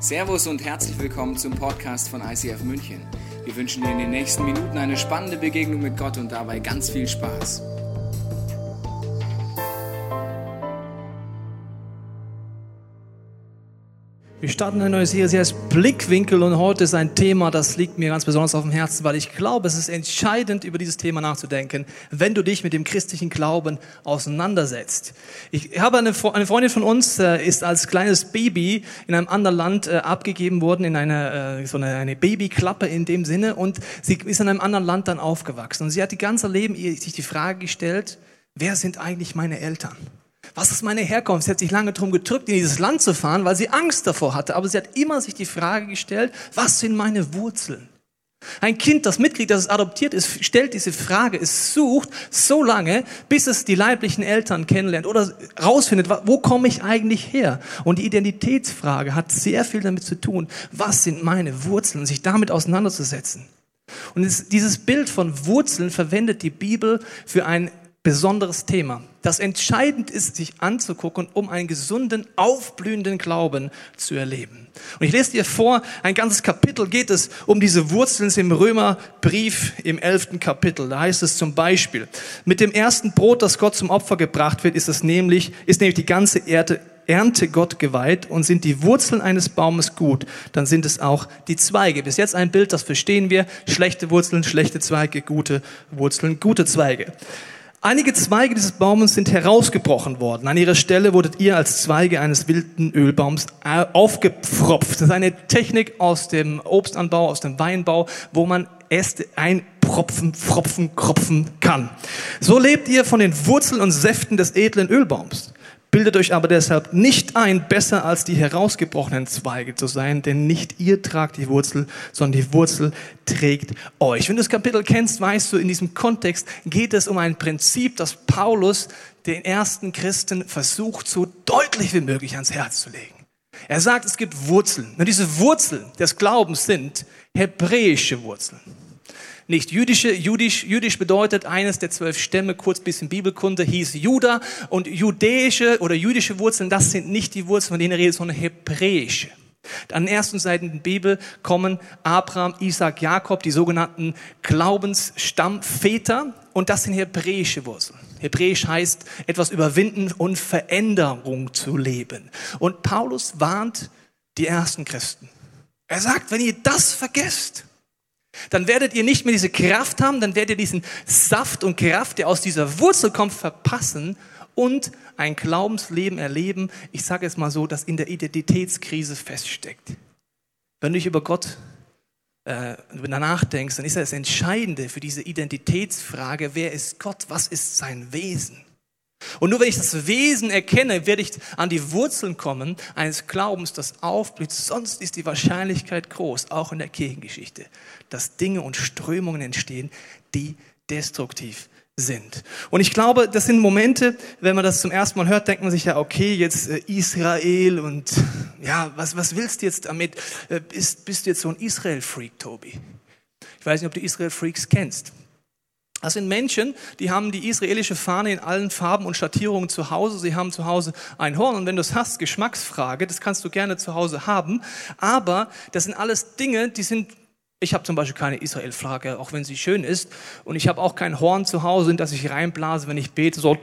Servus und herzlich willkommen zum Podcast von ICF München. Wir wünschen dir in den nächsten Minuten eine spannende Begegnung mit Gott und dabei ganz viel Spaß. Wir starten eine neue Serie, sie heißt Blickwinkel und heute ist ein Thema, das liegt mir ganz besonders auf dem Herzen, weil ich glaube, es ist entscheidend, über dieses Thema nachzudenken, wenn du dich mit dem christlichen Glauben auseinandersetzt. Ich habe eine Freundin von uns, ist als kleines Baby in einem anderen Land abgegeben worden, in eine Babyklappe in dem Sinne, und sie ist in einem anderen Land dann aufgewachsen und sie hat ihr ganzes Leben sich die Frage gestellt, wer sind eigentlich meine Eltern? Was ist meine Herkunft? Sie hat sich lange darum gedrückt, in dieses Land zu fahren, weil sie Angst davor hatte. Aber sie hat immer sich die Frage gestellt, was sind meine Wurzeln? Ein Kind, das mitkriegt, dass es adoptiert ist, stellt diese Frage, es sucht so lange, bis es die leiblichen Eltern kennenlernt oder rausfindet, wo komme ich eigentlich her? Und die Identitätsfrage hat sehr viel damit zu tun, was sind meine Wurzeln, sich damit auseinanderzusetzen. Und dieses Bild von Wurzeln verwendet die Bibel für ein besonderes Thema, das entscheidend ist, sich anzugucken, um einen gesunden, aufblühenden Glauben zu erleben. Und ich lese dir vor, ein ganzes Kapitel geht es um diese Wurzeln im Römerbrief im 11. Kapitel. Da heißt es zum Beispiel, mit dem ersten Brot, das Gott zum Opfer gebracht wird, ist nämlich die ganze Ernte Gott geweiht, und sind die Wurzeln eines Baumes gut, dann sind es auch die Zweige. Bis jetzt ein Bild, das verstehen wir, schlechte Wurzeln, schlechte Zweige, gute Wurzeln, gute Zweige. Einige Zweige dieses Baumes sind herausgebrochen worden. An ihrer Stelle wurdet ihr als Zweige eines wilden Ölbaums aufgepfropft. Das ist eine Technik aus dem Obstanbau, aus dem Weinbau, wo man Äste kropfen kann. So lebt ihr von den Wurzeln und Säften des edlen Ölbaums. Bildet euch aber deshalb nicht ein, besser als die herausgebrochenen Zweige zu sein, denn nicht ihr tragt die Wurzel, sondern die Wurzel trägt euch. Wenn du das Kapitel kennst, weißt du, in diesem Kontext geht es um ein Prinzip, das Paulus den ersten Christen versucht, so deutlich wie möglich ans Herz zu legen. Er sagt, es gibt Wurzeln. Und diese Wurzeln des Glaubens sind hebräische Wurzeln. Nicht jüdische. Jüdisch bedeutet, eines der 12 Stämme, kurz bisschen Bibelkunde, hieß Juda. Und jüdische Wurzeln, das sind nicht die Wurzeln, von denen er redet, sondern hebräische. An den ersten Seiten der Bibel kommen Abraham, Isaac, Jakob, die sogenannten Glaubensstammväter. Und das sind hebräische Wurzeln. Hebräisch heißt, etwas überwinden und Veränderung zu leben. Und Paulus warnt die ersten Christen. Er sagt, wenn ihr das vergesst, dann werdet ihr nicht mehr diese Kraft haben, dann werdet ihr diesen Saft und Kraft, der aus dieser Wurzel kommt, verpassen und ein Glaubensleben erleben, ich sage es mal so, das in der Identitätskrise feststeckt. Wenn du dich über Gott nachdenkst, dann ist das Entscheidende für diese Identitätsfrage, wer ist Gott, was ist sein Wesen? Und nur wenn ich das Wesen erkenne, werde ich an die Wurzeln kommen eines Glaubens, das aufblüht. Sonst ist die Wahrscheinlichkeit groß, auch in der Kirchengeschichte, dass Dinge und Strömungen entstehen, die destruktiv sind. Und ich glaube, das sind Momente, wenn man das zum ersten Mal hört, denkt man sich ja, okay, jetzt Israel und ja, was willst du jetzt damit? Bist du jetzt so ein Israel-Freak, Tobi? Ich weiß nicht, ob du Israel-Freaks kennst. Das sind Menschen, die haben die israelische Fahne in allen Farben und Schattierungen zu Hause. Sie haben zu Hause ein Horn und wenn du es hast, Geschmacksfrage, das kannst du gerne zu Hause haben. Aber das sind alles Dinge, ich habe zum Beispiel keine Israel-Flagge, auch wenn sie schön ist. Und ich habe auch kein Horn zu Hause, in das ich reinblase, wenn ich bete, so.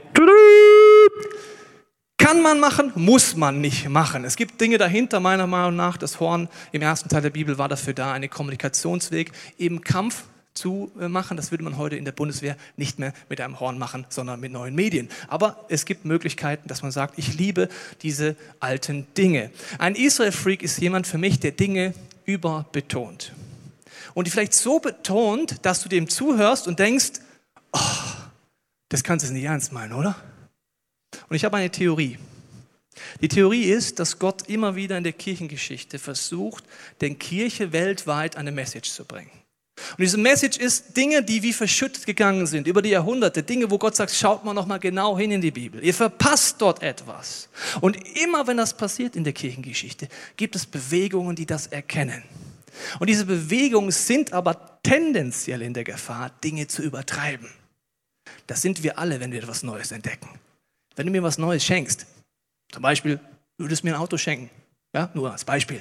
Kann man machen, muss man nicht machen. Es gibt Dinge dahinter, meiner Meinung nach. Das Horn im ersten Teil der Bibel war dafür da, einen Kommunikationsweg im Kampf zu machen. Das würde man heute in der Bundeswehr nicht mehr mit einem Horn machen, sondern mit neuen Medien. Aber es gibt Möglichkeiten, dass man sagt, ich liebe diese alten Dinge. Ein Israel-Freak ist jemand für mich, der Dinge überbetont. Und die vielleicht so betont, dass du dem zuhörst und denkst, oh, das kannst du nicht ernst meinen, oder? Und ich habe eine Theorie. Die Theorie ist, dass Gott immer wieder in der Kirchengeschichte versucht, der Kirche weltweit eine Message zu bringen. Und diese Message ist Dinge, die wie verschüttet gegangen sind über die Jahrhunderte. Dinge, wo Gott sagt, schaut mal noch mal genau hin in die Bibel. Ihr verpasst dort etwas. Und immer wenn das passiert in der Kirchengeschichte, gibt es Bewegungen, die das erkennen. Und diese Bewegungen sind aber tendenziell in der Gefahr, Dinge zu übertreiben. Das sind wir alle, wenn wir etwas Neues entdecken. Wenn du mir was Neues schenkst, zum Beispiel, würdest du mir ein Auto schenken, ja, nur als Beispiel,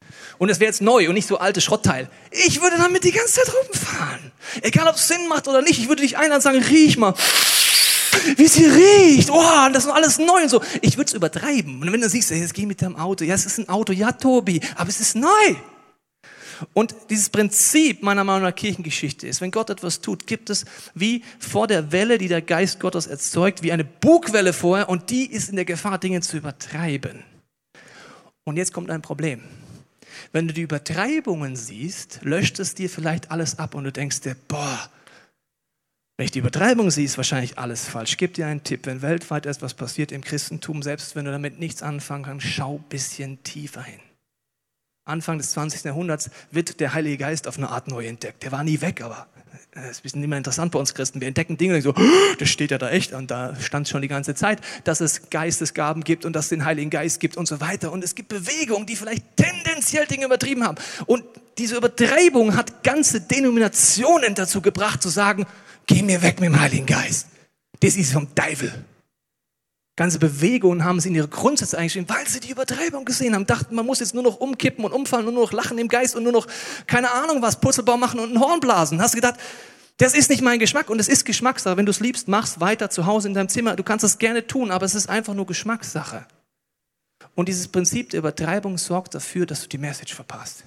Und es wäre jetzt neu und nicht so altes Schrottteil. Ich würde damit die ganze Zeit rumfahren. Egal, ob es Sinn macht oder nicht. Ich würde dich einladen und sagen, riech mal, wie sie riecht. Oh, das ist alles neu und so. Ich würde es übertreiben. Und wenn du siehst, jetzt geh mit deinem Auto. Ja, es ist ein Auto. Ja, Tobi, aber es ist neu. Und dieses Prinzip meiner Meinung nach Kirchengeschichte ist, wenn Gott etwas tut, gibt es wie vor der Welle, die der Geist Gottes erzeugt, wie eine Bugwelle vorher und die ist in der Gefahr, Dinge zu übertreiben. Und jetzt kommt ein Problem. Wenn du die Übertreibungen siehst, löscht es dir vielleicht alles ab und du denkst dir, boah, wenn ich die Übertreibung sehe, ist wahrscheinlich alles falsch. Ich gebe dir einen Tipp, wenn weltweit etwas passiert im Christentum, selbst wenn du damit nichts anfangen kannst, schau ein bisschen tiefer hin. Anfang des 20. Jahrhunderts wird der Heilige Geist auf eine Art neu entdeckt. Der war nie weg, aber das ist ein bisschen nicht mehr interessant bei uns Christen. Wir entdecken Dinge und denken so, das steht ja da echt. Und da stand schon die ganze Zeit, dass es Geistesgaben gibt und dass es den Heiligen Geist gibt und so weiter. Und es gibt Bewegungen, die vielleicht tendenziell Dinge übertrieben haben. Und diese Übertreibung hat ganze Denominationen dazu gebracht, zu sagen, geh mir weg mit dem Heiligen Geist. Das ist vom Teufel. Ganze Bewegungen haben sie in ihre Grundsätze eingeschrieben, weil sie die Übertreibung gesehen haben. Dachten, man muss jetzt nur noch umkippen und umfallen und nur noch lachen im Geist und nur noch, keine Ahnung was, Purzelbaum machen und ein Horn blasen. Hast du gedacht, das ist nicht mein Geschmack und es ist Geschmackssache. Wenn du es liebst, mach's weiter zu Hause in deinem Zimmer. Du kannst es gerne tun, aber es ist einfach nur Geschmackssache. Und dieses Prinzip der Übertreibung sorgt dafür, dass du die Message verpasst.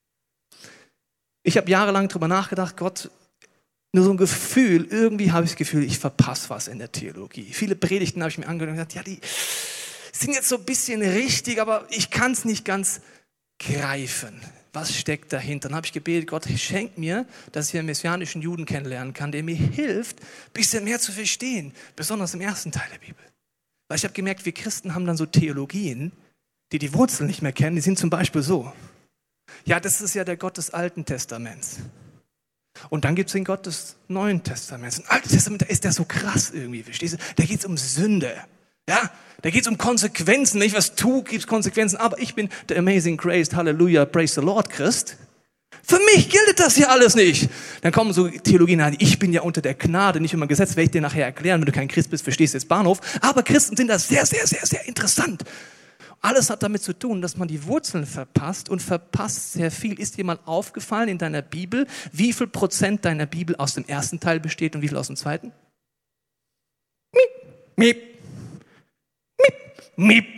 Ich habe jahrelang darüber nachgedacht, Gott, nur so ein Gefühl, irgendwie habe ich das Gefühl, ich verpasse was in der Theologie. Viele Predigten habe ich mir angehört und gesagt, ja, die sind jetzt so ein bisschen richtig, aber ich kann es nicht ganz greifen. Was steckt dahinter? Dann habe ich gebetet, Gott, schenk mir, dass ich einen messianischen Juden kennenlernen kann, der mir hilft, ein bisschen mehr zu verstehen, besonders im ersten Teil der Bibel. Weil ich habe gemerkt, wir Christen haben dann so Theologien, die die Wurzeln nicht mehr kennen. Die sind zum Beispiel so, ja, das ist ja der Gott des Alten Testaments. Und dann gibt es den Gott des Neuen Testaments. Im Alten Testament, da ist der so krass irgendwie, verstehst du? Da geht es um Sünde. Ja, da geht es um Konsequenzen. Nicht was tu, gibt es Konsequenzen. Aber ich bin der Amazing Grace, Halleluja, Praise the Lord Christ. Für mich gilt das hier alles nicht. Dann kommen so Theologien an, ich bin ja unter der Gnade, nicht immer Gesetz, werde ich dir nachher erklären. Wenn du kein Christ bist, verstehst du jetzt Bahnhof. Aber Christen sind da sehr, sehr, sehr, sehr interessant. Alles hat damit zu tun, dass man die Wurzeln verpasst und verpasst sehr viel. Ist dir mal aufgefallen in deiner Bibel, wie viel Prozent deiner Bibel aus dem ersten Teil besteht und wie viel aus dem zweiten? Miep, miep, miep.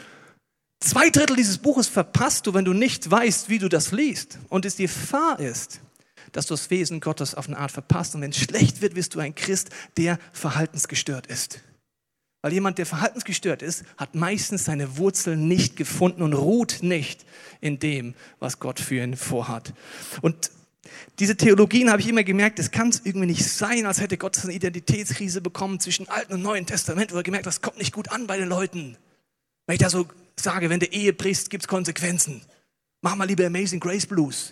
2/3 dieses Buches verpasst du, wenn du nicht weißt, wie du das liest. Und es die Gefahr ist, dass du das Wesen Gottes auf eine Art verpasst. Und wenn es schlecht wird, wirst du ein Christ, der verhaltensgestört ist. Weil jemand, der verhaltensgestört ist, hat meistens seine Wurzeln nicht gefunden und ruht nicht in dem, was Gott für ihn vorhat. Und diese Theologien habe ich immer gemerkt, es kann es irgendwie nicht sein, als hätte Gott eine Identitätskrise bekommen zwischen Alten und Neuen Testament, wo er gemerkt hat, das kommt nicht gut an bei den Leuten. Wenn ich da so sage, wenn du Ehe brichst, gibt es Konsequenzen. Mach mal lieber Amazing Grace Blues.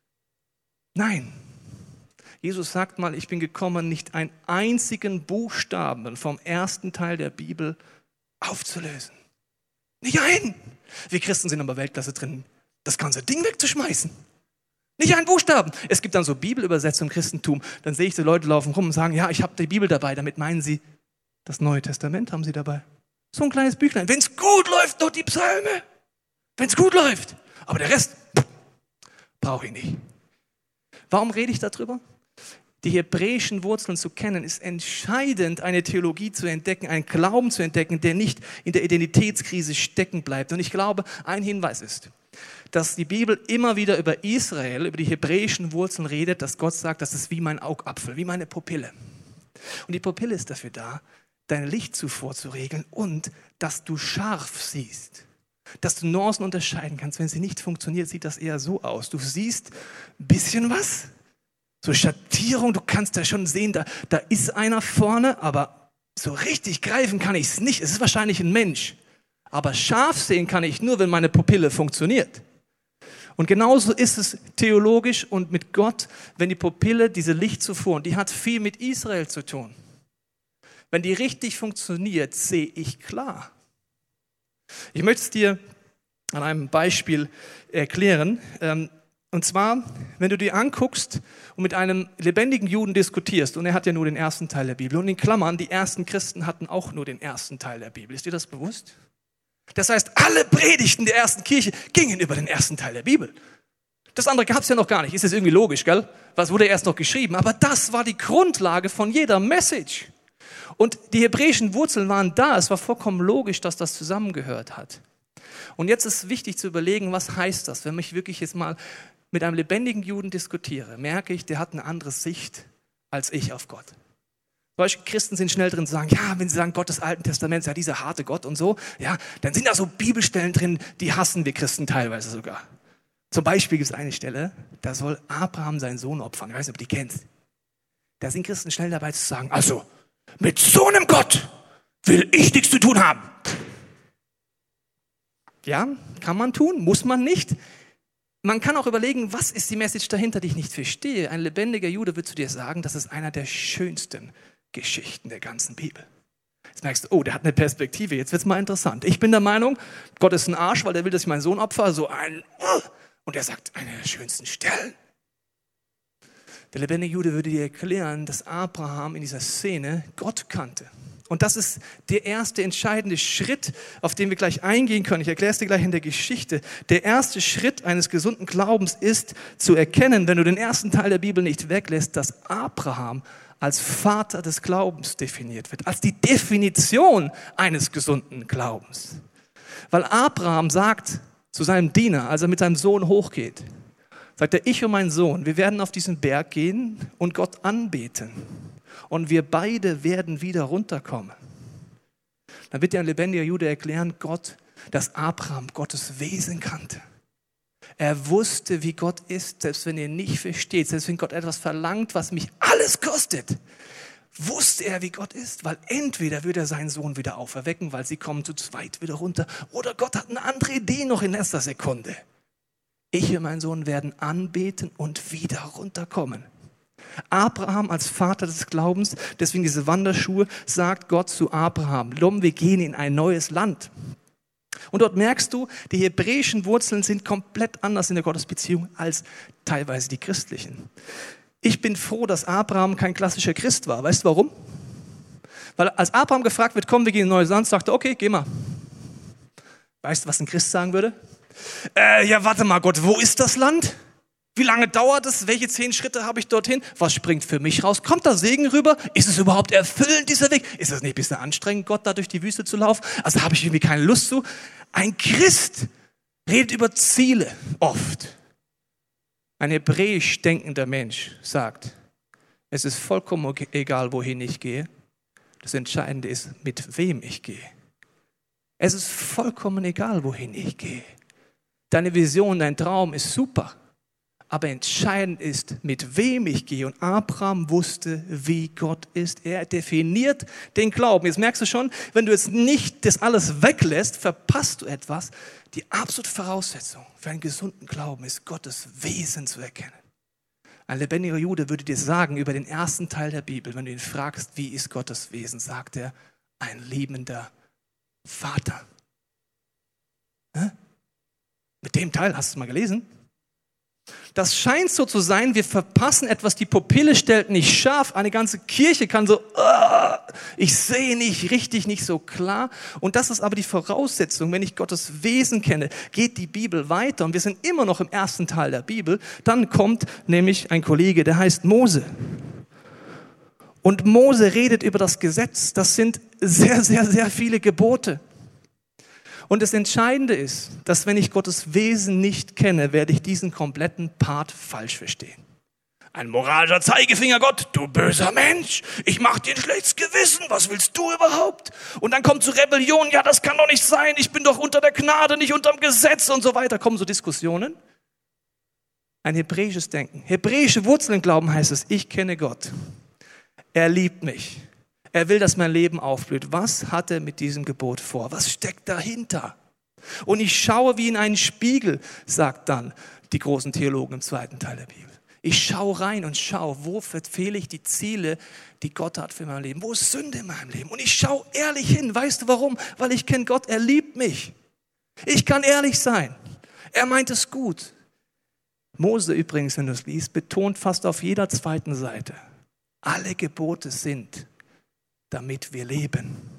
Nein. Jesus sagt mal, ich bin gekommen, nicht einen einzigen Buchstaben vom ersten Teil der Bibel aufzulösen. Nicht einen. Wir Christen sind aber Weltklasse drin, das ganze Ding wegzuschmeißen. Nicht einen Buchstaben. Es gibt dann so Bibelübersetzungen im Christentum. Dann sehe ich, die Leute laufen rum und sagen, ja, ich habe die Bibel dabei. Damit meinen sie, das Neue Testament haben sie dabei. So ein kleines Büchlein. Wenn es gut läuft, noch die Psalme. Wenn es gut läuft. Aber der Rest brauche ich nicht. Warum rede ich darüber? Die hebräischen Wurzeln zu kennen, ist entscheidend, eine Theologie zu entdecken, einen Glauben zu entdecken, der nicht in der Identitätskrise stecken bleibt. Und ich glaube, ein Hinweis ist, dass die Bibel immer wieder über Israel, über die hebräischen Wurzeln redet, dass Gott sagt, das ist wie mein Augapfel, wie meine Pupille. Und die Pupille ist dafür da, deine Lichtzufuhr zu regeln und dass du scharf siehst. Dass du Nuancen unterscheiden kannst. Wenn sie nicht funktioniert, sieht das eher so aus. Du siehst ein bisschen was, so Schattierung, du kannst da schon sehen, da ist einer vorne, aber so richtig greifen kann ich es nicht. Es ist wahrscheinlich ein Mensch. Aber scharf sehen kann ich nur, wenn meine Pupille funktioniert. Und genauso ist es theologisch und mit Gott, wenn die Pupille, diese Lichtzufuhr, und die hat viel mit Israel zu tun. Wenn die richtig funktioniert, sehe ich klar. Ich möchte es dir an einem Beispiel erklären. Und zwar, wenn du dir anguckst und mit einem lebendigen Juden diskutierst, und er hat ja nur den ersten Teil der Bibel, und in Klammern, die ersten Christen hatten auch nur den ersten Teil der Bibel. Ist dir das bewusst? Das heißt, alle Predigten der ersten Kirche gingen über den ersten Teil der Bibel. Das andere gab es ja noch gar nicht. Ist das irgendwie logisch, gell? Was wurde erst noch geschrieben? Aber das war die Grundlage von jeder Message. Und die hebräischen Wurzeln waren da. Es war vollkommen logisch, dass das zusammengehört hat. Und jetzt ist wichtig zu überlegen, was heißt das? Wenn ich wirklich jetzt mal mit einem lebendigen Juden diskutiere, merke ich, der hat eine andere Sicht als ich auf Gott. Solche Christen sind schnell drin zu sagen, ja, wenn sie sagen, Gott des Alten Testaments, ja, dieser harte Gott und so, ja, dann sind da so Bibelstellen drin, die hassen wir Christen teilweise sogar. Zum Beispiel gibt es eine Stelle, da soll Abraham seinen Sohn opfern. Ich weiß nicht, ob du die kennst. Da sind Christen schnell dabei zu sagen, also, mit so einem Gott will ich nichts zu tun haben. Ja, kann man tun, muss man nicht. Man kann auch überlegen, was ist die Message dahinter, die ich nicht verstehe. Ein lebendiger Jude wird zu dir sagen, das ist einer der schönsten Geschichten der ganzen Bibel. Jetzt merkst du, oh, der hat eine Perspektive, jetzt wird es mal interessant. Ich bin der Meinung, Gott ist ein Arsch, weil der will, dass ich meinen Sohn opfere, und er sagt, eine der schönsten Stellen. Der lebendige Jude würde dir erklären, dass Abraham in dieser Szene Gott kannte. Und das ist der erste entscheidende Schritt, auf den wir gleich eingehen können. Ich erkläre es dir gleich in der Geschichte. Der erste Schritt eines gesunden Glaubens ist zu erkennen, wenn du den ersten Teil der Bibel nicht weglässt, dass Abraham als Vater des Glaubens definiert wird, als die Definition eines gesunden Glaubens. Weil Abraham sagt zu seinem Diener, als er mit seinem Sohn hochgeht, sagt er, ich und mein Sohn, wir werden auf diesen Berg gehen und Gott anbeten. Und wir beide werden wieder runterkommen. Dann wird dir ein lebendiger Jude erklären, dass Abraham Gottes Wesen kannte. Er wusste, wie Gott ist, selbst wenn er nicht versteht, selbst wenn Gott etwas verlangt, was mich alles kostet, wusste er, wie Gott ist, weil entweder würde er seinen Sohn wieder auferwecken, weil sie kommen zu zweit wieder runter, oder Gott hat eine andere Idee noch in letzter Sekunde. Ich und mein Sohn werden anbeten und wieder runterkommen. Abraham als Vater des Glaubens, deswegen diese Wanderschuhe, sagt Gott zu Abraham, wir gehen in ein neues Land. Und dort merkst du, die hebräischen Wurzeln sind komplett anders in der Gottesbeziehung als teilweise die christlichen. Ich bin froh, dass Abraham kein klassischer Christ war. Weißt du warum? Weil als Abraham gefragt wird, komm, wir gehen in ein neues Land, sagt er, okay, geh mal. Weißt du, was ein Christ sagen würde? Ja, warte mal, Gott, wo ist das Land? Wie lange dauert es? Welche 10 Schritte habe ich dorthin? Was springt für mich raus? Kommt da Segen rüber? Ist es überhaupt erfüllend, dieser Weg? Ist es nicht ein bisschen anstrengend, Gott da durch die Wüste zu laufen? Also habe ich irgendwie keine Lust zu. Ein Christ redet über Ziele oft. Ein hebräisch denkender Mensch sagt, es ist vollkommen egal, wohin ich gehe. Das Entscheidende ist, mit wem ich gehe. Es ist vollkommen egal, wohin ich gehe. Deine Vision, dein Traum ist super. Aber entscheidend ist, mit wem ich gehe. Und Abraham wusste, wie Gott ist. Er definiert den Glauben. Jetzt merkst du schon, wenn du jetzt nicht das alles weglässt, verpasst du etwas. Die absolute Voraussetzung für einen gesunden Glauben ist, Gottes Wesen zu erkennen. Ein lebendiger Jude würde dir sagen, über den ersten Teil der Bibel, wenn du ihn fragst, wie ist Gottes Wesen, sagt er, ein liebender Vater. Mit dem Teil, hast du es mal gelesen? Das scheint so zu sein, wir verpassen etwas, die Pupille stellt nicht scharf, eine ganze Kirche kann so, ich sehe nicht richtig, nicht so klar. Und das ist aber die Voraussetzung, wenn ich Gottes Wesen kenne, geht die Bibel weiter und wir sind immer noch im ersten Teil der Bibel, dann kommt nämlich ein Kollege, der heißt Mose. Und Mose redet über das Gesetz, das sind sehr, sehr, sehr viele Gebote. Und das Entscheidende ist, dass wenn ich Gottes Wesen nicht kenne, werde ich diesen kompletten Part falsch verstehen. Ein moralischer Zeigefinger, Gott, du böser Mensch, ich mach dir ein schlechtes Gewissen, was willst du überhaupt? Und dann kommt so Rebellion, ja, das kann doch nicht sein, ich bin doch unter der Gnade, nicht unterm Gesetz und so weiter, kommen so Diskussionen. Ein hebräisches Denken, hebräische Wurzeln glauben heißt es, ich kenne Gott, er liebt mich. Er will, dass mein Leben aufblüht. Was hat er mit diesem Gebot vor? Was steckt dahinter? Und ich schaue wie in einen Spiegel, sagt dann die großen Theologen im zweiten Teil der Bibel. Ich schaue rein und schaue, wo verfehle ich die Ziele, die Gott hat für mein Leben? Wo ist Sünde in meinem Leben? Und ich schaue ehrlich hin. Weißt du warum? Weil ich kenne Gott, er liebt mich. Ich kann ehrlich sein. Er meint es gut. Mose übrigens, wenn du es liest, betont fast auf jeder zweiten Seite, alle Gebote sind damit wir leben.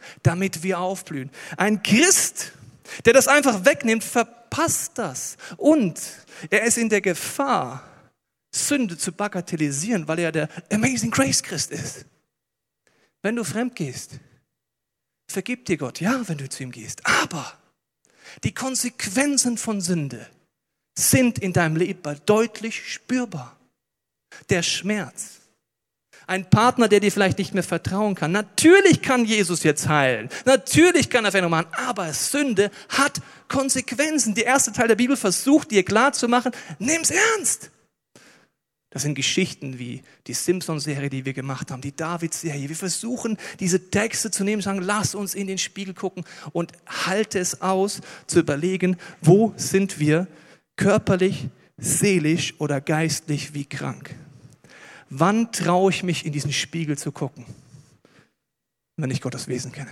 damit wir aufblühen. Ein Christ, der das einfach wegnimmt, verpasst das. Und er ist in der Gefahr, Sünde zu bagatellisieren, weil er der Amazing Grace Christ ist. Wenn du fremd gehst, vergibt dir Gott, ja, wenn du zu ihm gehst. Aber die Konsequenzen von Sünde sind in deinem Leben deutlich spürbar. Der Schmerz. Ein Partner, der dir vielleicht nicht mehr vertrauen kann. Natürlich kann Jesus jetzt heilen. Natürlich kann er Veränderung machen. Aber Sünde hat Konsequenzen. Der erste Teil der Bibel versucht dir klarzumachen, nimm's ernst. Das sind Geschichten wie die Simpsons-Serie, die wir gemacht haben, die David-Serie. Wir versuchen, diese Texte zu nehmen und sagen, lass uns in den Spiegel gucken und halte es aus, zu überlegen, wo sind wir körperlich, seelisch oder geistlich wie krank. Wann traue ich mich, in diesen Spiegel zu gucken, wenn ich Gottes Wesen kenne?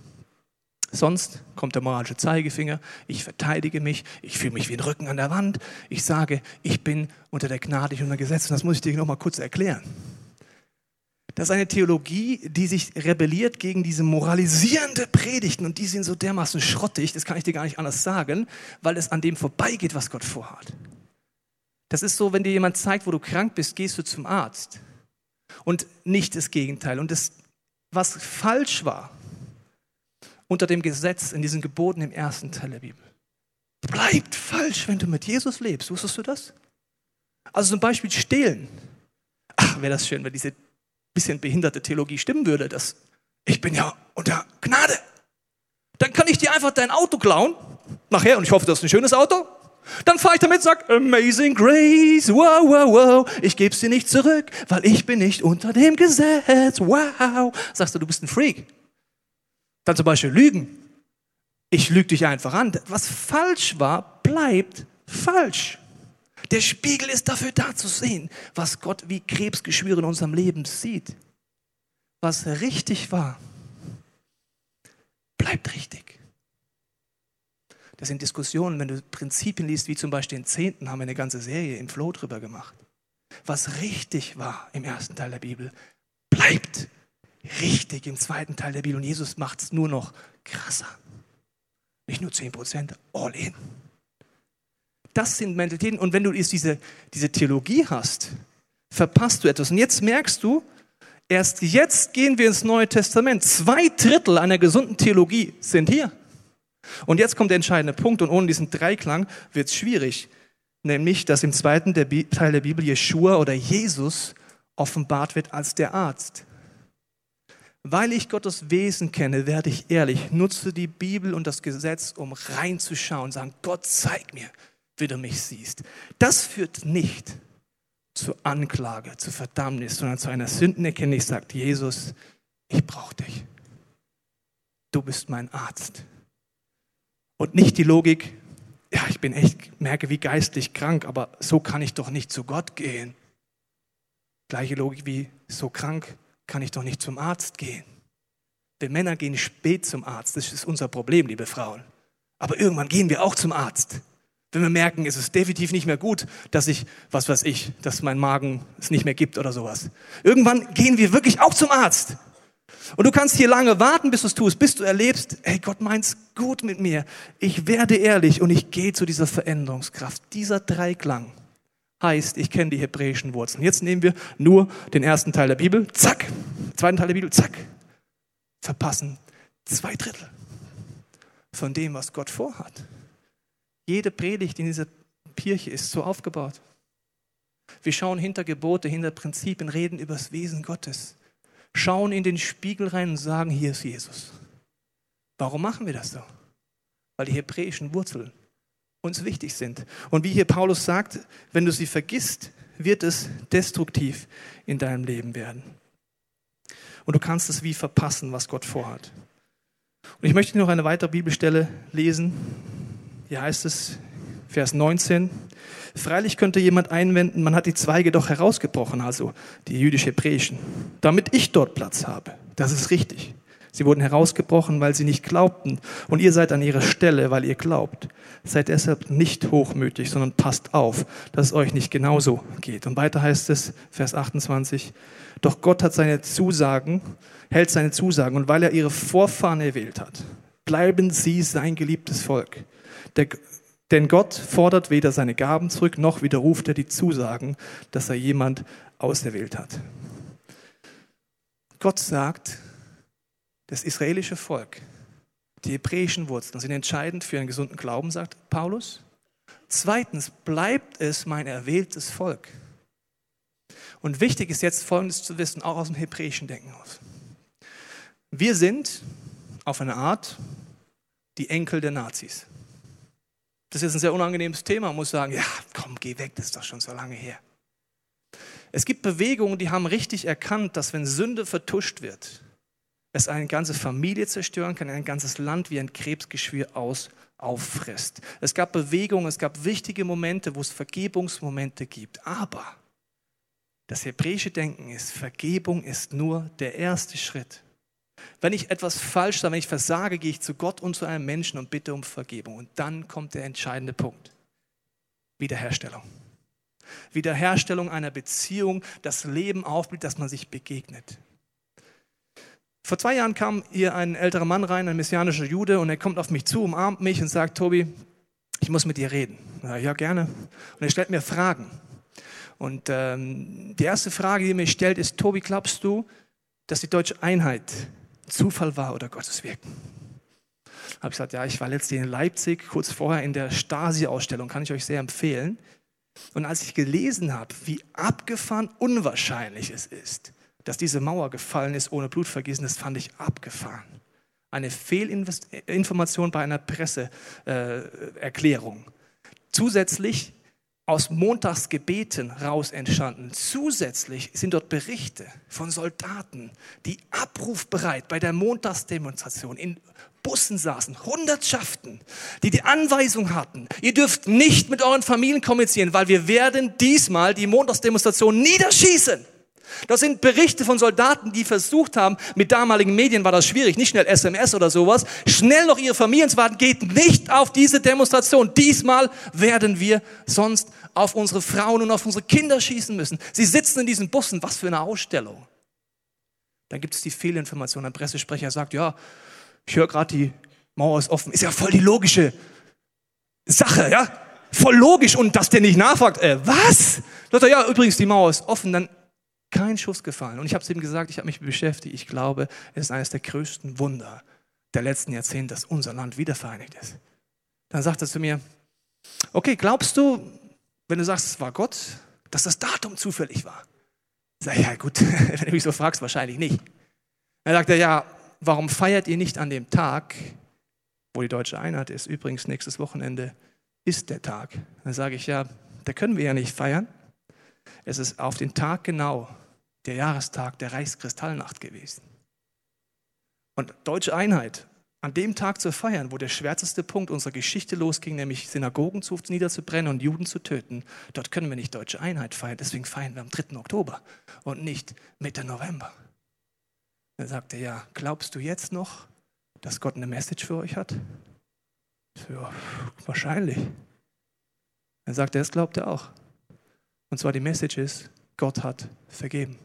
Sonst kommt der moralische Zeigefinger, ich verteidige mich, ich fühle mich wie ein Rücken an der Wand, ich sage, ich bin unter der Gnade, ich unter Gesetz. Und das muss ich dir noch mal kurz erklären. Das ist eine Theologie, die sich rebelliert gegen diese moralisierende Predigten und die sind so dermaßen schrottig, das kann ich dir gar nicht anders sagen, weil es an dem vorbeigeht, was Gott vorhat. Das ist so, wenn dir jemand zeigt, wo du krank bist, gehst du zum Arzt und nicht das Gegenteil. Und das, was falsch war, unter dem Gesetz, in diesen Geboten im ersten Teil der Bibel, bleibt falsch, wenn du mit Jesus lebst. Wusstest du das? Also zum Beispiel stehlen. Ach, wäre das schön, wenn diese bisschen behinderte Theologie stimmen würde, dass ich bin ja unter Gnade. Dann kann ich dir einfach dein Auto klauen, nachher, und ich hoffe, das ist ein schönes Auto. Dann fahre ich damit und sage, Amazing Grace, wow, wow, wow, ich gebe es dir nicht zurück, weil ich bin nicht unter dem Gesetz, wow. Sagst du, du bist ein Freak. Dann zum Beispiel Lügen. Ich lüge dich einfach an. Was falsch war, bleibt falsch. Der Spiegel ist dafür da zu sehen, was Gott wie Krebsgeschwüre in unserem Leben sieht. Was richtig war, bleibt richtig. Das sind Diskussionen, wenn du Prinzipien liest, wie zum Beispiel den 10., haben wir eine ganze Serie im Flow drüber gemacht. Was richtig war im ersten Teil der Bibel, bleibt richtig im zweiten Teil der Bibel. Und Jesus macht es nur noch krasser. Nicht nur 10%, all in. Das sind Mentalitäten. Und wenn du diese Theologie hast, verpasst du etwas. Und jetzt merkst du, erst jetzt gehen wir ins Neue Testament. 2/3 einer gesunden Theologie sind hier. Und jetzt kommt der entscheidende Punkt. Und ohne diesen Dreiklang wird es schwierig. Nämlich, dass im zweiten Teil der Bibel Jeschua oder Jesus offenbart wird als der Arzt. Weil ich Gottes Wesen kenne, werde ich ehrlich, nutze die Bibel und das Gesetz, um reinzuschauen und sagen, Gott, zeig mir, wie du mich siehst. Das führt nicht zur Anklage, zur Verdammnis, sondern zu einer Sündenerkenntnis, sagt Jesus, ich brauche dich. Du bist mein Arzt. Und nicht die Logik, ja, ich bin echt, merke wie geistlich krank, aber so kann ich doch nicht zu Gott gehen. Gleiche Logik wie, so krank kann ich doch nicht zum Arzt gehen. Wir Männer gehen spät zum Arzt, das ist unser Problem, liebe Frauen. Aber irgendwann gehen wir auch zum Arzt. Wenn wir merken, es ist definitiv nicht mehr gut, dass dass mein Magen es nicht mehr gibt oder sowas. Irgendwann gehen wir wirklich auch zum Arzt. Und du kannst hier lange warten, bis du es tust, bis du erlebst, hey, Gott meint's gut mit mir. Ich werde ehrlich und ich gehe zu dieser Veränderungskraft. Dieser Dreiklang heißt, ich kenne die hebräischen Wurzeln. Jetzt nehmen wir nur den ersten Teil der Bibel, zack. Zweiten Teil der Bibel, zack. Verpassen 2/3 von dem, was Gott vorhat. Jede Predigt in dieser Kirche ist so aufgebaut. Wir schauen hinter Gebote, hinter Prinzipien, reden über das Wesen Gottes. Schauen in den Spiegel rein und sagen, hier ist Jesus. Warum machen wir das so? Weil die hebräischen Wurzeln uns wichtig sind. Und wie hier Paulus sagt, wenn du sie vergisst, wird es destruktiv in deinem Leben werden. Und du kannst es wie verpassen, was Gott vorhat. Und ich möchte noch eine weitere Bibelstelle lesen. Hier heißt es, Vers 19. Freilich könnte jemand einwenden, man hat die Zweige doch herausgebrochen, also die jüdisch-hebräischen, damit ich dort Platz habe. Das ist richtig. Sie wurden herausgebrochen, weil sie nicht glaubten. Und ihr seid an ihrer Stelle, weil ihr glaubt. Seid deshalb nicht hochmütig, sondern passt auf, dass es euch nicht genauso geht. Und weiter heißt es, Vers 28, doch Gott hat hält seine Zusagen. Und weil er ihre Vorfahren erwählt hat, bleiben sie sein geliebtes Volk. Denn Gott fordert weder seine Gaben zurück, noch widerruft er die Zusagen, dass er jemand auserwählt hat. Gott sagt, das israelische Volk, die hebräischen Wurzeln sind entscheidend für einen gesunden Glauben, sagt Paulus. Zweitens bleibt es mein erwähltes Volk. Und wichtig ist jetzt Folgendes zu wissen, auch aus dem hebräischen Denken aus. Wir sind auf eine Art die Enkel der Nazis. Das ist ein sehr unangenehmes Thema. Man muss sagen, ja, komm, geh weg, das ist doch schon so lange her. Es gibt Bewegungen, die haben richtig erkannt, dass wenn Sünde vertuscht wird, es eine ganze Familie zerstören kann, ein ganzes Land wie ein Krebsgeschwür auffrisst. Es gab Bewegungen, es gab wichtige Momente, wo es Vergebungsmomente gibt. Aber das hebräische Denken ist, Vergebung ist nur der erste Schritt. Wenn ich etwas falsch sage, wenn ich versage, gehe ich zu Gott und zu einem Menschen und bitte um Vergebung. Und dann kommt der entscheidende Punkt. Wiederherstellung. Wiederherstellung einer Beziehung, das Leben aufblüht, dass man sich begegnet. Vor 2 Jahren kam hier ein älterer Mann rein, ein messianischer Jude, und er kommt auf mich zu, umarmt mich und sagt, Tobi, ich muss mit dir reden. Ja, gerne. Und er stellt mir Fragen. Und die erste Frage, die er mir stellt, ist, Tobi, glaubst du, dass die deutsche Einheit Zufall war oder Gottes Wirken? Habe ich gesagt, ja, ich war letztlich in Leipzig, kurz vorher in der Stasi-Ausstellung, kann ich euch sehr empfehlen. Und als ich gelesen habe, wie abgefahren unwahrscheinlich es ist, dass diese Mauer gefallen ist ohne Blutvergießen, das fand ich abgefahren. Eine Fehlinformation bei einer Presseerklärung. Zusätzlich aus Montagsgebeten raus entstanden. Zusätzlich sind dort Berichte von Soldaten, die abrufbereit bei der Montagsdemonstration in Bussen saßen, Hundertschaften, die die Anweisung hatten, ihr dürft nicht mit euren Familien kommunizieren, weil wir werden diesmal die Montagsdemonstration niederschießen. Das sind Berichte von Soldaten, die versucht haben, mit damaligen Medien war das schwierig, nicht schnell SMS oder sowas, schnell noch ihre Familien zu warten, geht nicht auf diese Demonstration. Diesmal werden wir sonst auf unsere Frauen und auf unsere Kinder schießen müssen. Sie sitzen in diesen Bussen, was für eine Ausstellung. Dann gibt es die Fehlinformation, ein Pressesprecher sagt, ja, ich höre gerade, die Mauer ist offen, ist ja voll die logische Sache, ja, voll logisch, und dass der nicht nachfragt, was? Sagt er, ja, übrigens, die Mauer ist offen, dann kein Schuss gefallen. Und ich habe es ihm gesagt, ich habe mich beschäftigt. Ich glaube, es ist eines der größten Wunder der letzten Jahrzehnte, dass unser Land wiedervereinigt ist. Dann sagt er zu mir, okay, glaubst du, wenn du sagst, es war Gott, dass das Datum zufällig war? Ich sage, ja gut, wenn du mich so fragst, wahrscheinlich nicht. Dann sagt er, ja, warum feiert ihr nicht an dem Tag, wo die deutsche Einheit ist? Übrigens, nächstes Wochenende ist der Tag. Dann sage ich, ja, da können wir ja nicht feiern. Es ist auf den Tag genau der Jahrestag der Reichskristallnacht gewesen. Und deutsche Einheit, an dem Tag zu feiern, wo der schwärzeste Punkt unserer Geschichte losging, nämlich Synagogen niederzubrennen und Juden zu töten, dort können wir nicht deutsche Einheit feiern. Deswegen feiern wir am 3. Oktober und nicht Mitte November. Dann sagt er, ja, glaubst du jetzt noch, dass Gott eine Message für euch hat? Ja, wahrscheinlich. Dann sagt er, das glaubt er auch. Und zwar die Message ist, Gott hat vergeben.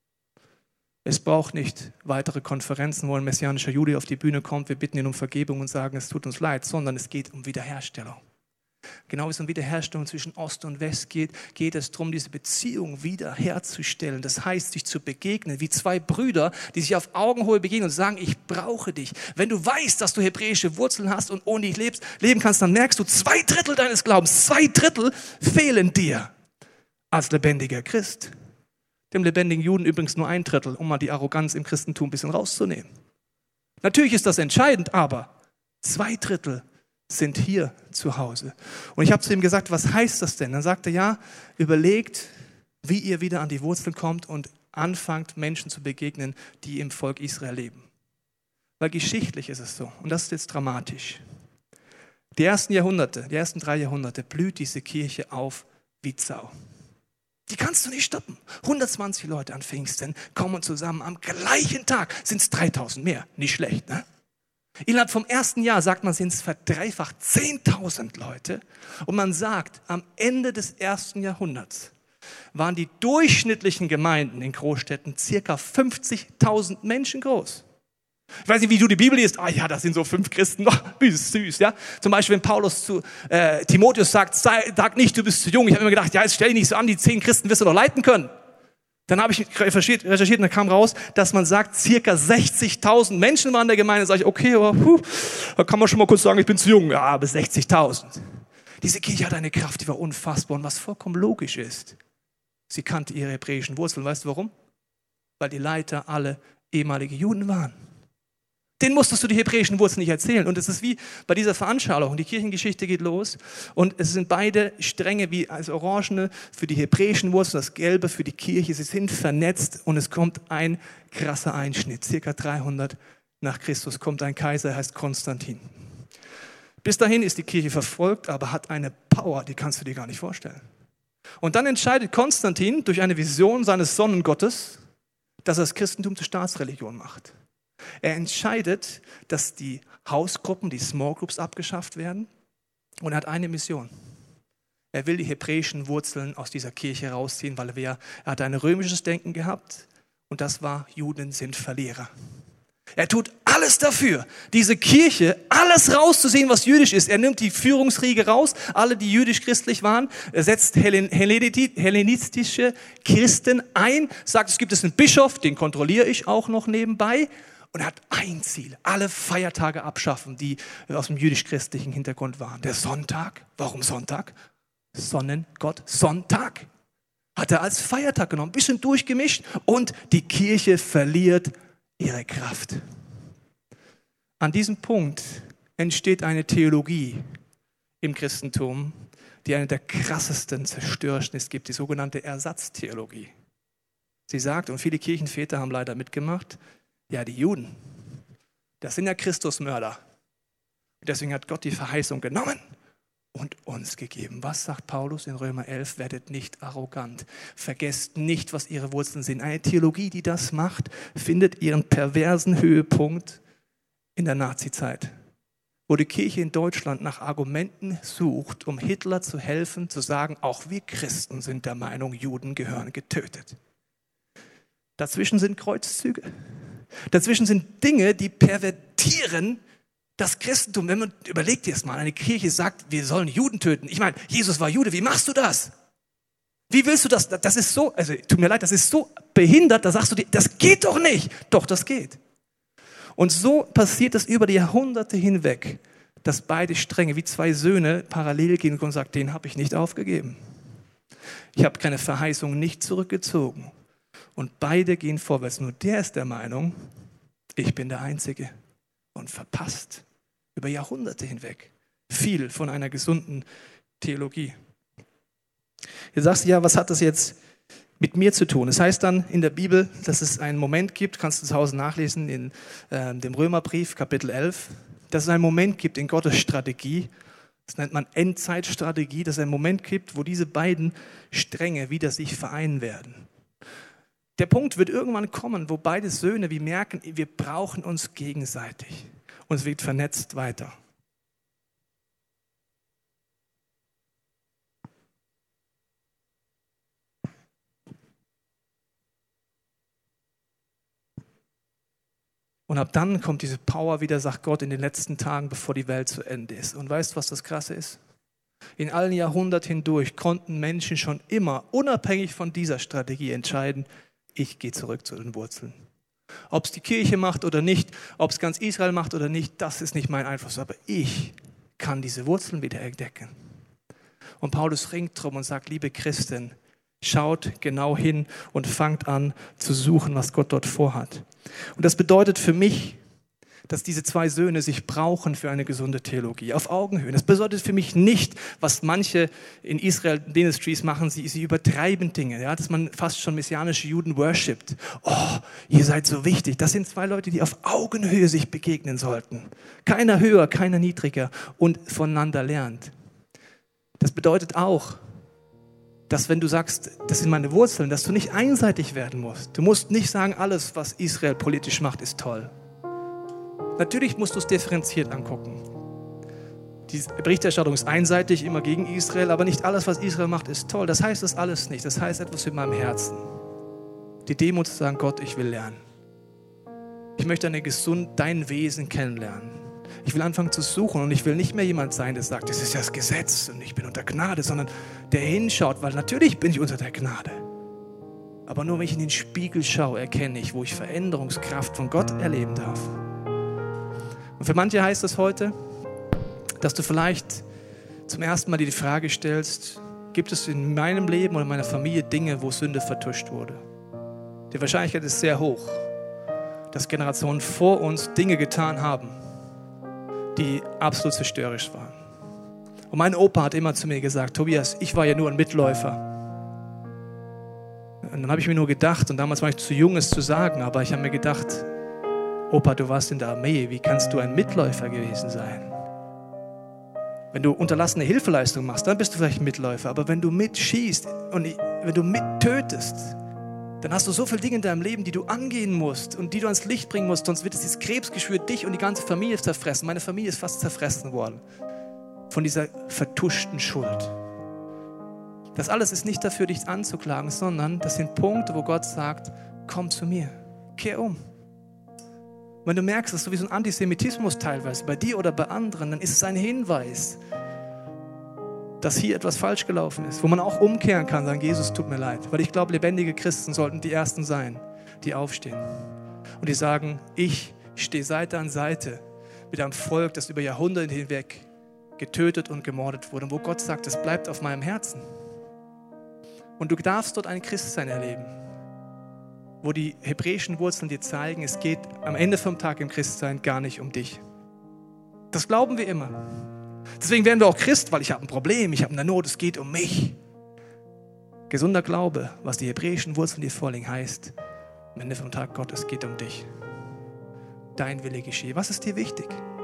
Es braucht nicht weitere Konferenzen, wo ein messianischer Jude auf die Bühne kommt, wir bitten ihn um Vergebung und sagen, es tut uns leid, sondern es geht um Wiederherstellung. Genau wie es um Wiederherstellung zwischen Ost und West geht, geht es darum, diese Beziehung wiederherzustellen. Das heißt, sich zu begegnen, wie 2 Brüder, die sich auf Augenhöhe begegnen und sagen, ich brauche dich. Wenn du weißt, dass du hebräische Wurzeln hast und ohne dich leben kannst, dann merkst du, 2/3 deines Glaubens, 2/3 fehlen dir. Als lebendiger Christ. Dem lebendigen Juden übrigens nur 1/3, um mal die Arroganz im Christentum ein bisschen rauszunehmen. Natürlich ist das entscheidend, aber 2/3 sind hier zu Hause. Und ich habe zu ihm gesagt, was heißt das denn? Dann sagte er, ja, überlegt, wie ihr wieder an die Wurzeln kommt und anfangt, Menschen zu begegnen, die im Volk Israel leben. Weil geschichtlich ist es so, und das ist jetzt dramatisch. Die ersten 3 Jahrhunderte blüht diese Kirche auf wie Sau. Die kannst du nicht stoppen. 120 Leute an Pfingsten kommen zusammen. Am gleichen Tag sind es 3000 mehr. Nicht schlecht, ne? Innerhalb vom ersten Jahr, sagt man, sind es verdreifacht 10.000 Leute. Und man sagt, am Ende des ersten Jahrhunderts waren die durchschnittlichen Gemeinden in Großstädten circa 50.000 Menschen groß. Ich weiß nicht, wie du die Bibel liest. Ja, das sind so 5 Christen. Oh, wie süß, ja. Zum Beispiel, wenn Paulus zu Timotheus sagt, sag nicht, du bist zu jung. Ich habe immer gedacht, ja, jetzt stell dich nicht so an, die 10 Christen wirst du doch leiten können. Dann habe ich recherchiert und dann kam raus, dass man sagt, circa 60.000 Menschen waren in der Gemeinde. Da sage ich, okay, aber da kann man schon mal kurz sagen, ich bin zu jung. Ja, bis 60.000. Diese Kirche hat eine Kraft, die war unfassbar. Und was vollkommen logisch ist, sie kannte ihre hebräischen Wurzeln. Weißt du warum? Weil die Leiter alle ehemalige Juden waren. Den musstest du die hebräischen Wurzeln nicht erzählen. Und es ist wie bei dieser Veranschaulichung. Die Kirchengeschichte geht los und es sind beide Stränge wie das Orangene für die hebräischen Wurzeln, das Gelbe für die Kirche. Sie sind vernetzt und es kommt ein krasser Einschnitt. Circa 300 nach Christus kommt ein Kaiser, der heißt Konstantin. Bis dahin ist die Kirche verfolgt, aber hat eine Power, die kannst du dir gar nicht vorstellen. Und dann entscheidet Konstantin durch eine Vision seines Sonnengottes, dass er das Christentum zur Staatsreligion macht. Er entscheidet, dass die Hausgruppen, die Small Groups abgeschafft werden und er hat eine Mission. Er will die hebräischen Wurzeln aus dieser Kirche rausziehen, weil er hat ein römisches Denken gehabt und das war, Juden sind Verlierer. Er tut alles dafür, diese Kirche, alles rauszuziehen, was jüdisch ist. Er nimmt die Führungsriege raus, alle, die jüdisch-christlich waren, er setzt hellenistische Christen ein, sagt, es gibt einen Bischof, den kontrolliere ich auch noch nebenbei. Und er hat ein Ziel, alle Feiertage abschaffen, die aus dem jüdisch-christlichen Hintergrund waren. Der Sonntag, warum Sonntag? Sonnengott, Sonntag. Hat er als Feiertag genommen, ein bisschen durchgemischt und die Kirche verliert ihre Kraft. An diesem Punkt entsteht eine Theologie im Christentum, die eine der krassesten Zerstörerischen es gibt, die sogenannte Ersatztheologie. Sie sagt, und viele Kirchenväter haben leider mitgemacht, ja, die Juden, das sind ja Christusmörder. Deswegen hat Gott die Verheißung genommen und uns gegeben. Was sagt Paulus in Römer 11? Werdet nicht arrogant. Vergesst nicht, was ihre Wurzeln sind. Eine Theologie, die das macht, findet ihren perversen Höhepunkt in der Nazizeit, wo die Kirche in Deutschland nach Argumenten sucht, um Hitler zu helfen, zu sagen, auch wir Christen sind der Meinung, Juden gehören getötet. Dazwischen sind Kreuzzüge. Dazwischen sind Dinge, die pervertieren das Christentum. Wenn man überlegt dir es mal, eine Kirche sagt, wir sollen Juden töten. Ich meine, Jesus war Jude, wie machst du das? Wie willst du das? Das ist so, also tut mir leid, das ist so behindert, da sagst du dir, das geht doch nicht. Doch, das geht. Und so passiert es über die Jahrhunderte hinweg, dass beide Stränge wie 2 Söhne parallel gehen und sagen, den habe ich nicht aufgegeben. Ich habe keine Verheißung nicht zurückgezogen. Und beide gehen vorwärts. Nur der ist der Meinung, ich bin der Einzige. Und verpasst über Jahrhunderte hinweg viel von einer gesunden Theologie. Jetzt sagst du, ja, was hat das jetzt mit mir zu tun? Es heißt dann in der Bibel, dass es einen Moment gibt, kannst du zu Hause nachlesen in dem Römerbrief, Kapitel 11, dass es einen Moment gibt in Gottes Strategie, das nennt man Endzeitstrategie, dass es einen Moment gibt, wo diese beiden Stränge wieder sich vereinen werden. Der Punkt wird irgendwann kommen, wo beide Söhne wie merken, wir brauchen uns gegenseitig. Und es wird vernetzt weiter. Und ab dann kommt diese Power wieder, sagt Gott, in den letzten Tagen, bevor die Welt zu Ende ist. Und weißt du, was das Krasse ist? In allen Jahrhunderten hindurch konnten Menschen schon immer, unabhängig von dieser Strategie, entscheiden, ich gehe zurück zu den Wurzeln. Ob es die Kirche macht oder nicht, ob es ganz Israel macht oder nicht, das ist nicht mein Einfluss. Aber ich kann diese Wurzeln wieder entdecken. Und Paulus ringt drum und sagt, liebe Christen, schaut genau hin und fangt an zu suchen, was Gott dort vorhat. Und das bedeutet für mich, dass diese 2 Söhne sich brauchen für eine gesunde Theologie, auf Augenhöhe. Das bedeutet für mich nicht, was manche in Israel Ministries machen, sie übertreiben Dinge, ja, dass man fast schon messianische Juden worshipt. Oh, ihr seid so wichtig. Das sind 2 Leute, die auf Augenhöhe sich begegnen sollten. Keiner höher, keiner niedriger und voneinander lernt. Das bedeutet auch, dass wenn du sagst, das sind meine Wurzeln, dass du nicht einseitig werden musst. Du musst nicht sagen, alles, was Israel politisch macht, ist toll. Natürlich musst du es differenziert angucken. Die Berichterstattung ist einseitig, immer gegen Israel, aber nicht alles, was Israel macht, ist toll. Das heißt das alles nicht. Das heißt etwas in meinem Herzen. Die Demut zu sagen, Gott, ich will lernen. Ich möchte dein Wesen kennenlernen. Ich will anfangen zu suchen und ich will nicht mehr jemand sein, der sagt, das ist ja das Gesetz und ich bin unter Gnade, sondern der hinschaut, weil natürlich bin ich unter der Gnade. Aber nur wenn ich in den Spiegel schaue, erkenne ich, wo ich Veränderungskraft von Gott erleben darf. Und für manche heißt das heute, dass du vielleicht zum ersten Mal dir die Frage stellst, gibt es in meinem Leben oder meiner Familie Dinge, wo Sünde vertuscht wurde? Die Wahrscheinlichkeit ist sehr hoch, dass Generationen vor uns Dinge getan haben, die absolut zerstörerisch waren. Und mein Opa hat immer zu mir gesagt, Tobias, ich war ja nur ein Mitläufer. Und dann habe ich mir nur gedacht, und damals war ich zu jung, es zu sagen, aber ich habe mir gedacht, Opa, du warst in der Armee, wie kannst du ein Mitläufer gewesen sein? Wenn du unterlassene Hilfeleistung machst, dann bist du vielleicht ein Mitläufer, aber wenn du mitschießt und wenn du mittötest, dann hast du so viele Dinge in deinem Leben, die du angehen musst und die du ans Licht bringen musst, sonst wird dieses Krebsgeschwür dich und die ganze Familie zerfressen. Meine Familie ist fast zerfressen worden von dieser vertuschten Schuld. Das alles ist nicht dafür, dich anzuklagen, sondern das sind Punkte, wo Gott sagt, komm zu mir, kehr um. Wenn du merkst, dass so wie so ein Antisemitismus teilweise bei dir oder bei anderen, dann ist es ein Hinweis, dass hier etwas falsch gelaufen ist, wo man auch umkehren kann, sagen, Jesus, tut mir leid. Weil ich glaube, lebendige Christen sollten die Ersten sein, die aufstehen. Und die sagen, ich stehe Seite an Seite mit einem Volk, das über Jahrhunderte hinweg getötet und gemordet wurde. Und wo Gott sagt, es bleibt auf meinem Herzen. Und du darfst dort ein Christsein erleben, wo die hebräischen Wurzeln dir zeigen, es geht am Ende vom Tag im Christsein gar nicht um dich. Das glauben wir immer. Deswegen werden wir auch Christ, weil ich habe ein Problem, ich habe eine Not, es geht um mich. Gesunder Glaube, was die hebräischen Wurzeln dir vorliegen, heißt, am Ende vom Tag, Gott, es geht um dich. Dein Wille geschehe. Was ist dir wichtig?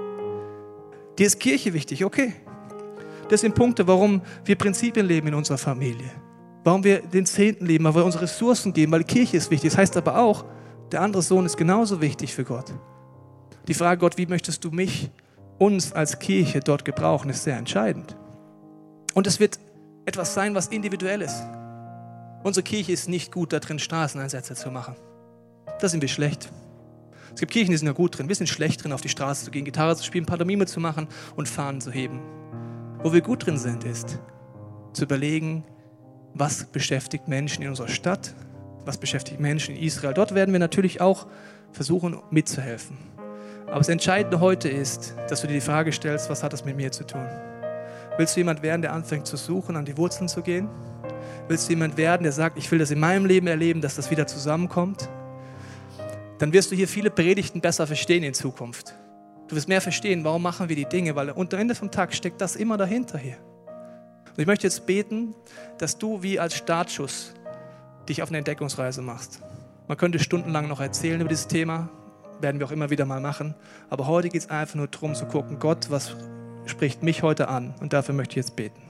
Dir ist Kirche wichtig, okay. Das sind Punkte, warum wir Prinzipien leben in unserer Familie. Warum wir den Zehnten leben, weil wir unsere Ressourcen geben, weil die Kirche ist wichtig. Das heißt aber auch, der andere Sohn ist genauso wichtig für Gott. Die Frage, Gott, wie möchtest du uns als Kirche dort gebrauchen, ist sehr entscheidend. Und es wird etwas sein, was individuell ist. Unsere Kirche ist nicht gut da drin, Straßeneinsätze zu machen. Da sind wir schlecht. Es gibt Kirchen, die sind ja gut drin. Wir sind schlecht drin, auf die Straße zu gehen, Gitarre zu spielen, Pantomime zu machen und Fahnen zu heben. Wo wir gut drin sind, ist zu überlegen, was beschäftigt Menschen in unserer Stadt, was beschäftigt Menschen in Israel. Dort werden wir natürlich auch versuchen, mitzuhelfen. Aber das Entscheidende heute ist, dass du dir die Frage stellst, was hat das mit mir zu tun? Willst du jemand werden, der anfängt zu suchen, an die Wurzeln zu gehen? Willst du jemand werden, der sagt, ich will das in meinem Leben erleben, dass das wieder zusammenkommt? Dann wirst du hier viele Predigten besser verstehen in Zukunft. Du wirst mehr verstehen, warum machen wir die Dinge, weil am Ende vom Tag steckt das immer dahinter hier. Und ich möchte jetzt beten, dass du wie als Startschuss dich auf eine Entdeckungsreise machst. Man könnte stundenlang noch erzählen über dieses Thema, werden wir auch immer wieder mal machen. Aber heute geht es einfach nur darum zu gucken, Gott, was spricht mich heute an? Und dafür möchte ich jetzt beten.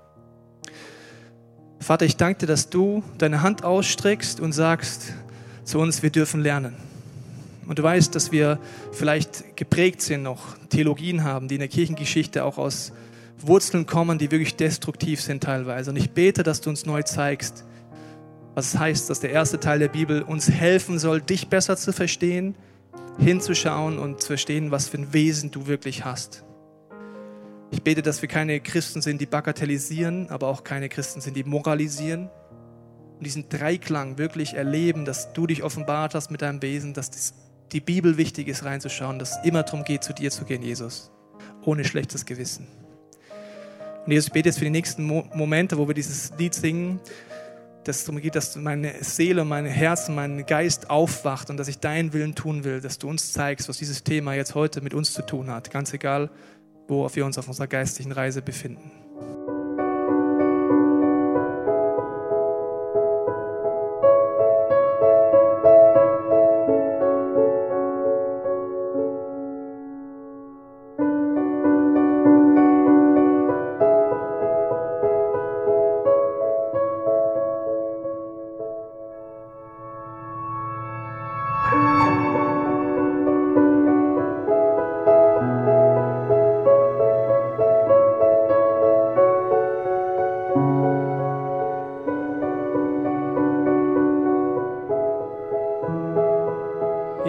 Vater, ich danke dir, dass du deine Hand ausstreckst und sagst zu uns, wir dürfen lernen. Und du weißt, dass wir vielleicht geprägt sind, noch Theologien haben, die in der Kirchengeschichte auch aus Wurzeln kommen, die wirklich destruktiv sind teilweise. Und ich bete, dass du uns neu zeigst, was es heißt, dass der erste Teil der Bibel uns helfen soll, dich besser zu verstehen, hinzuschauen und zu verstehen, was für ein Wesen du wirklich hast. Ich bete, dass wir keine Christen sind, die bagatellisieren, aber auch keine Christen sind, die moralisieren. Und diesen Dreiklang wirklich erleben, dass du dich offenbart hast mit deinem Wesen, dass die Bibel wichtig ist, reinzuschauen, dass es immer darum geht, zu dir zu gehen, Jesus, ohne schlechtes Gewissen. Und Jesus, ich bete jetzt für die nächsten Momente, wo wir dieses Lied singen, dass es darum geht, dass meine Seele, mein Herz und mein Geist aufwacht und dass ich deinen Willen tun will, dass du uns zeigst, was dieses Thema jetzt heute mit uns zu tun hat. Ganz egal, wo wir uns auf unserer geistlichen Reise befinden.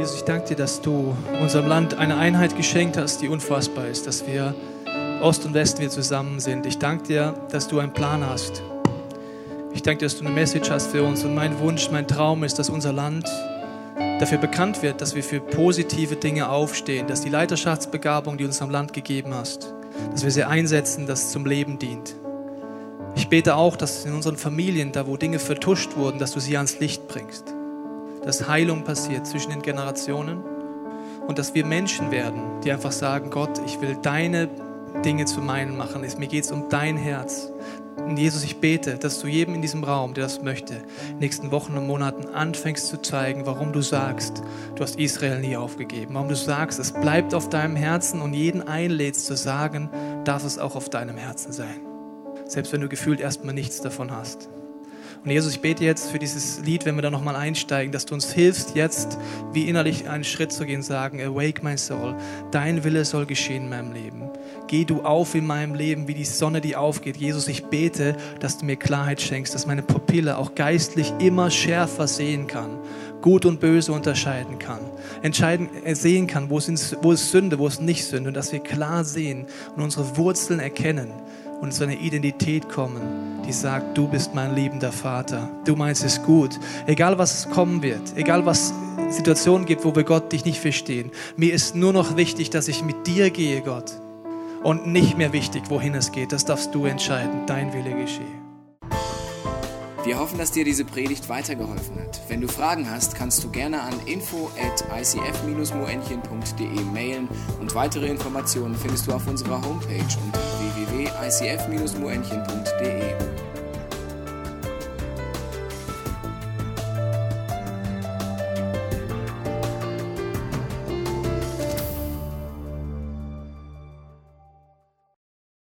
Jesus, ich danke dir, dass du unserem Land eine Einheit geschenkt hast, die unfassbar ist, dass wir Ost und West wir zusammen sind. Ich danke dir, dass du einen Plan hast. Ich danke dir, dass du eine Message hast für uns. Und mein Wunsch, mein Traum ist, dass unser Land dafür bekannt wird, dass wir für positive Dinge aufstehen, dass die Leiterschaftsbegabung, die du uns am Land gegeben hast, dass wir sie einsetzen, dass es zum Leben dient. Ich bete auch, dass in unseren Familien, da wo Dinge vertuscht wurden, dass du sie ans Licht bringst. Dass Heilung passiert zwischen den Generationen und dass wir Menschen werden, die einfach sagen, Gott, ich will deine Dinge zu meinen machen. Mir geht es um dein Herz. Und Jesus, ich bete, dass du jedem in diesem Raum, der das möchte, in den nächsten Wochen und Monaten anfängst zu zeigen, warum du sagst, du hast Israel nie aufgegeben. Warum du sagst, es bleibt auf deinem Herzen und jeden einlädst zu sagen, darf es auch auf deinem Herzen sein. Selbst wenn du gefühlt erstmal nichts davon hast. Und Jesus, ich bete jetzt für dieses Lied, wenn wir da nochmal einsteigen, dass du uns hilfst, jetzt wie innerlich einen Schritt zu gehen, sagen, awake my soul, dein Wille soll geschehen in meinem Leben. Geh du auf in meinem Leben, wie die Sonne, die aufgeht. Jesus, ich bete, dass du mir Klarheit schenkst, dass meine Pupille auch geistlich immer schärfer sehen kann, Gut und Böse unterscheiden kann, sehen kann, wo ist Sünde, wo ist nicht Sünde, und dass wir klar sehen und unsere Wurzeln erkennen und zu einer Identität kommen, die sagt, du bist mein liebender Vater, du meinst es gut, egal was kommen wird, egal was Situationen gibt, wo wir Gott dich nicht verstehen. Mir ist nur noch wichtig, dass ich mit dir gehe, Gott, und nicht mehr wichtig, wohin es geht. Das darfst du entscheiden, dein Wille geschehe. Wir hoffen, dass dir diese Predigt weitergeholfen hat. Wenn du Fragen hast, kannst du gerne an info@icf-moenchen.de mailen und weitere Informationen findest du auf unserer Homepage unter www.icf-moenchen.de.